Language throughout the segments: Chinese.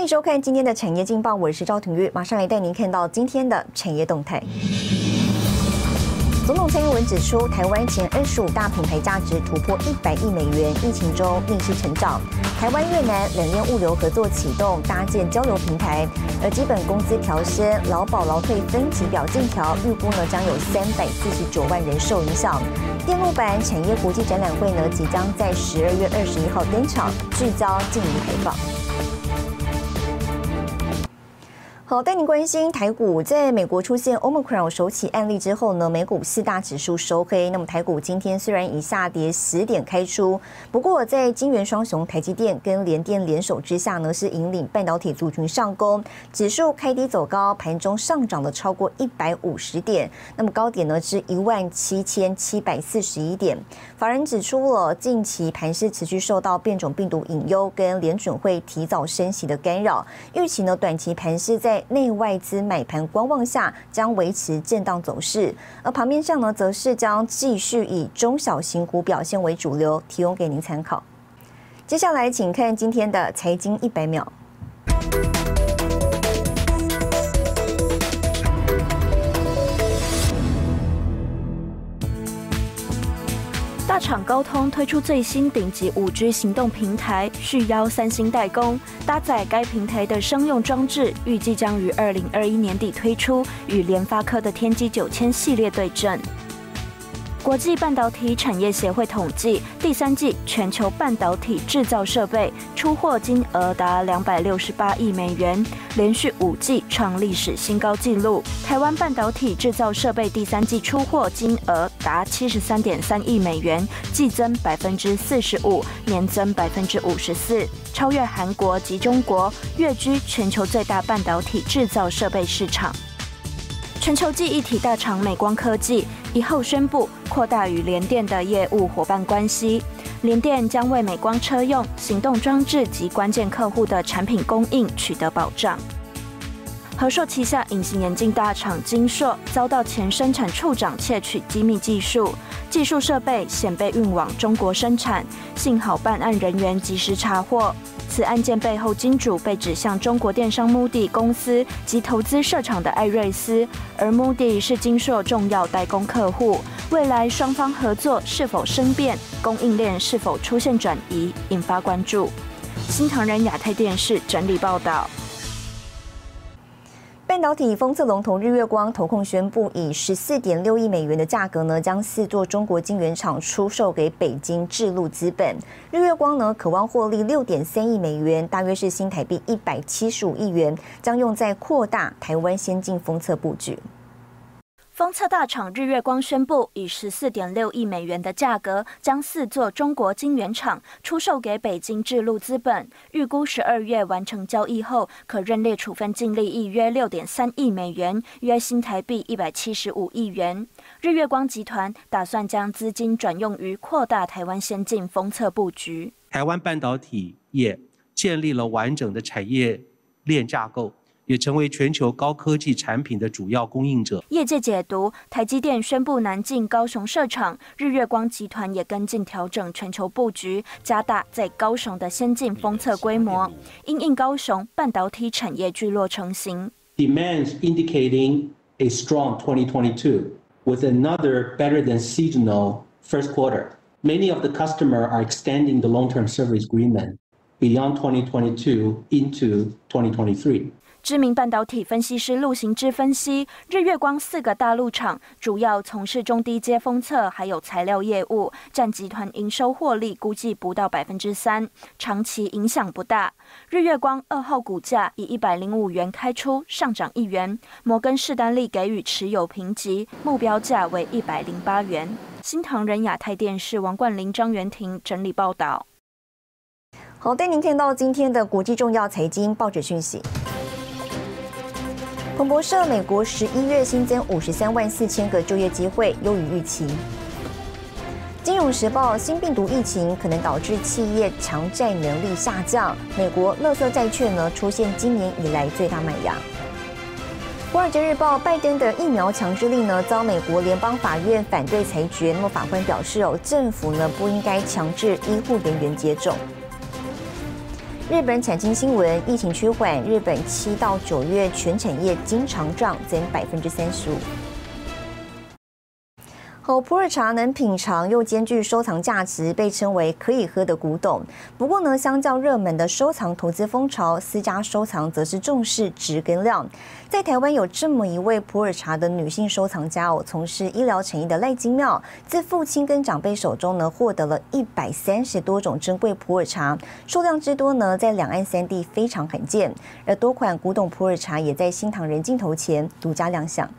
收看今天的产业劲报，我是赵廷玉，马上来带您看到今天的产业动态。总统蔡英文指出，台湾前25大品牌价值突破100亿美元，疫情中逆势成长。台湾越南冷链物流合作启动，搭建交流平台，而基本工资调升、劳保劳退分级表进调，预估呢将有349万人受影响。电路板产业国际展览会呢即将在12月21号登场，聚焦净零排放。好，带您关心台股，在美国出现 Omicron 首起案例之后呢，美股4大指数收黑。那么台股今天虽然以下跌10点开出，不过在晶圆双雄台积电跟联电联手之下呢，是引领半导体族群上攻，指数开低走高，盘中上涨了超过150点，那么高点呢是17741点。法人指出了，近期盘势持续受到变种病毒隐忧跟联准会提早升息的干扰，预期呢短期盘势在内外资买盘观望下，将维持震荡走势。而盘面上呢，则是将继续以中小型股表现为主流，提供给您参考。接下来，请看今天的财经100秒。 大厂高通推出最新顶级5G 行动平台，续邀3星代工，搭载该平台的商用装置，预计将于2021年底推出，与联发科的天玑9000系列对阵。国际半导体产业协会统计，第3季全球半导体制造设备出货金额达268亿美元，连续5季创历史新高纪录。台湾半导体制造设备第3季出货金额达73.3亿美元，季增45%，年增54%，超越韩国及中国，跃居全球最大半导体制造设备市场。全球记忆体大厂美光科技1号宣布扩大与联电的业务伙伴关系，联电将为美光车用、行动装置及关键客户的产品供应取得保障。和硕旗下隐形眼镜大厂晶硕遭到前生产处长窃取机密技术，技术设备现被运往中国生产，幸好办案人员及时查获。此案件背后金主被指向中国电商 Moody 公司及投资设厂的艾瑞斯，而 Moody 是晶硕重要代工客户。未来双方合作是否生变，供应链是否出现转移，引发关注。新唐人亚太电视整理报道。 半导体封测龙头日月光投控宣布，以14.6亿美元的价格呢，将4座中国晶圆厂出售给北京智路资本。日月光呢，渴望获利6.3亿美元，大约是新台币175亿元，将用在扩大台湾先进封测布局。 封测大厂日月光宣布，以14.6亿美元的价格，将4座中国晶圆厂出售给北京智路资本。预估12月完成交易后，可认列处分净利益约6.3亿美元，约新台币175亿元。日月光集团打算将资金转用于扩大台湾先进封测布局。 台湾半导体业建立了完整的产业链架构，也成为全球高科技产品的主要供应者。 业界解读，台积电宣布南进高雄设厂，日月光集团也跟进调整全球布局，加大在高雄的先进封测规模，因应高雄半导体产业聚落成型。 Demands indicating a strong 2022 with another better than seasonal first quarter. Many of the customers are extending the long-term service agreement beyond 2022 into 2023. 知名半导体分析师陆行之分析，日月光4个大陆厂主要从事中低阶封测还有材料业务，占集团营收获利估计不到3%，长期影响不大。日月光2号股价以105元开出，上涨1元，摩根士丹利给予持有评级，目标价为108元。新唐人亚太电视王冠霖、张元婷整理报道。 好，带您看到今天的国际重要财经报纸讯息。彭博社，美国11月新增53万4千个就业机会，优于预期。金融时报，新病毒疫情可能导致企业偿债能力下降。美国垃圾债券呢出现今年以来最大卖压。华尔街日报，拜登的疫苗强制令呢遭美国联邦法院反对裁决。那么法官表示政府呢不应该强制医护人员接种。 日本产经新闻，疫情趋缓，日本7到9月全产业经常账增35%。普洱茶能品尝又兼具收藏价值，被称为可以喝的古董。不过呢，相较热门的收藏投资风潮，私家收藏则是重视质跟量。在台湾有这么一位普洱茶的女性收藏家从事医疗产业的赖金妙，自父亲跟长辈手中呢，获得了130多种珍贵普洱茶，数量之多呢，在两岸三地非常罕见。而多款古董普洱茶也在新唐人镜头前独家亮相。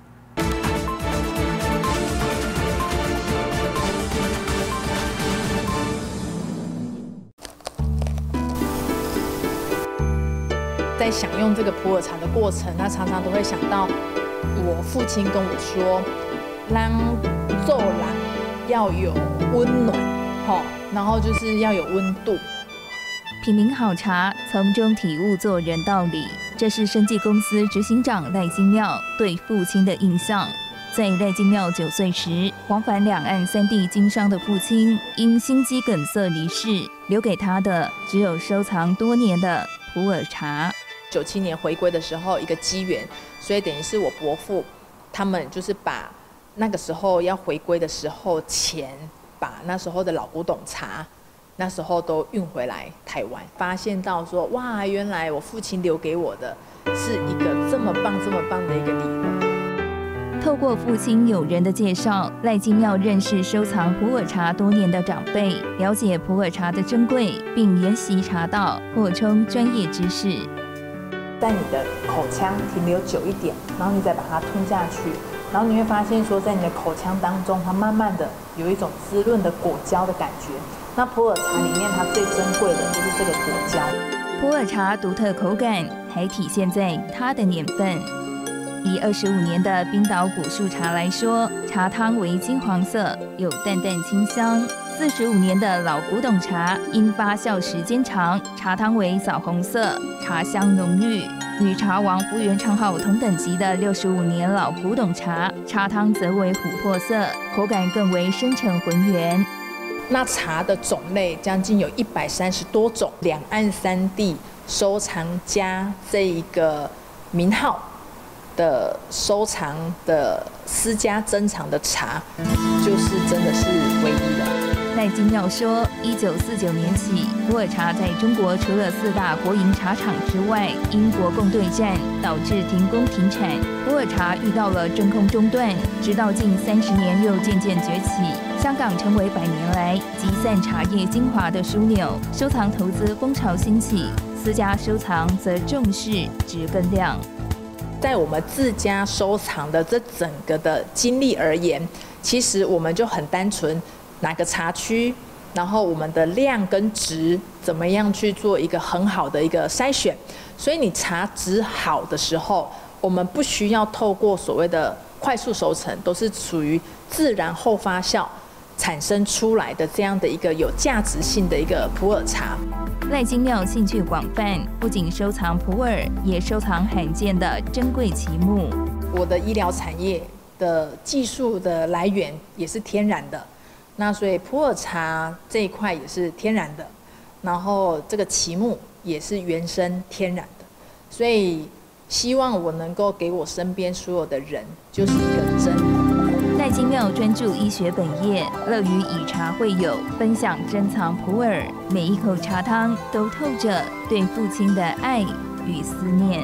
在享用这个普洱茶的过程，他常常都会想到我父亲跟我说，让做人要有温暖，然后就是要有温度。 品茗好茶，从中体悟做人道理，这是生技公司执行长赖金妙对父亲的印象。在赖金妙9岁时，往返两岸三地经商的父亲因心肌梗塞离世，留给他的只有收藏多年的普洱茶。 97年回归的时候，一个机缘，所以等于是我伯父他们就是把那个时候要回归的时候钱，把那时候的老古董茶，那时候都运回来台湾，发现到说哇，原来我父亲留给我的是一个这么棒的一个礼物。 透过父亲友人的介绍，赖金妙认识收藏普洱茶多年的长辈，了解普洱茶的珍贵，并研习茶道，扩充专业知识。 在你的口腔停留久一点，然后你再把它吞下去，然后你会发现说，在你的口腔当中，它慢慢的有一种滋润的果胶的感觉。那普洱茶里面它最珍贵的就是这个果胶。 普洱茶独特口感还体现在它的年份。以25年的冰岛古树茶来说，茶汤为金黄色，有淡淡清香。45年的老古董茶，因发酵时间长，茶汤为枣红色，茶香浓郁。与茶王福源昌号同等级的65年老古董茶，茶汤则为琥珀色，口感更为深沉浑圆。 那茶的种类将近有130多种，两岸三地收藏家这一个名号的收藏的私家珍藏的茶，就是真的是唯一的。 赖金妙说，1949年起，普洱茶在中国除了4大国营茶厂之外，因国共对战导致停工停产，普洱茶遇到了真空中断，直到近30年又渐渐崛起。香港成为100年来集散茶叶精华的枢纽，收藏投资风潮兴起，私家收藏则重视质跟量。 在我们自家收藏的这整个的经历而言，其实我们就很单纯。哪个茶区，然后我们的量跟质怎么样去做一个很好的一个筛选，所以你茶质好的时候，我们不需要透过所谓的快速熟成，都是属于自然后发酵产生出来的这样的一个有价值性的一个普洱茶。 赖金妙兴趣广泛，不仅收藏普洱，也收藏罕见的珍贵奇木。 我的医疗产业的技术的来源也是天然的。那所以普洱茶这一块也是天然的，然后这个奇木也是原生天然的，所以希望我能够给我身边所有的人就是一个真理。 赖金妙专注医学本业，乐于以茶会友，分享珍藏普洱，每一口茶汤都透着对父亲的爱与思念。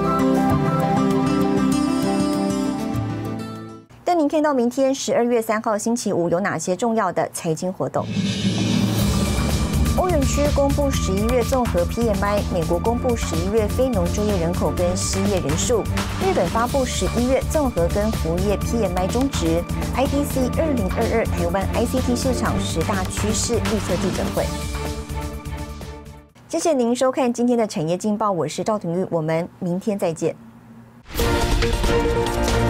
带您看到明天12月3号星期五有哪些重要的财经活动。欧元区公布11月综合 PMI， 美国公布11月非农就业人口跟失业人数，日本发布11月综合跟服务业 PMI 中值 ，IDC 2022台湾 ICT 市场10大趋势预测记者会。谢谢您收看今天的产业劲报，我是赵廷玉，我们明天再见。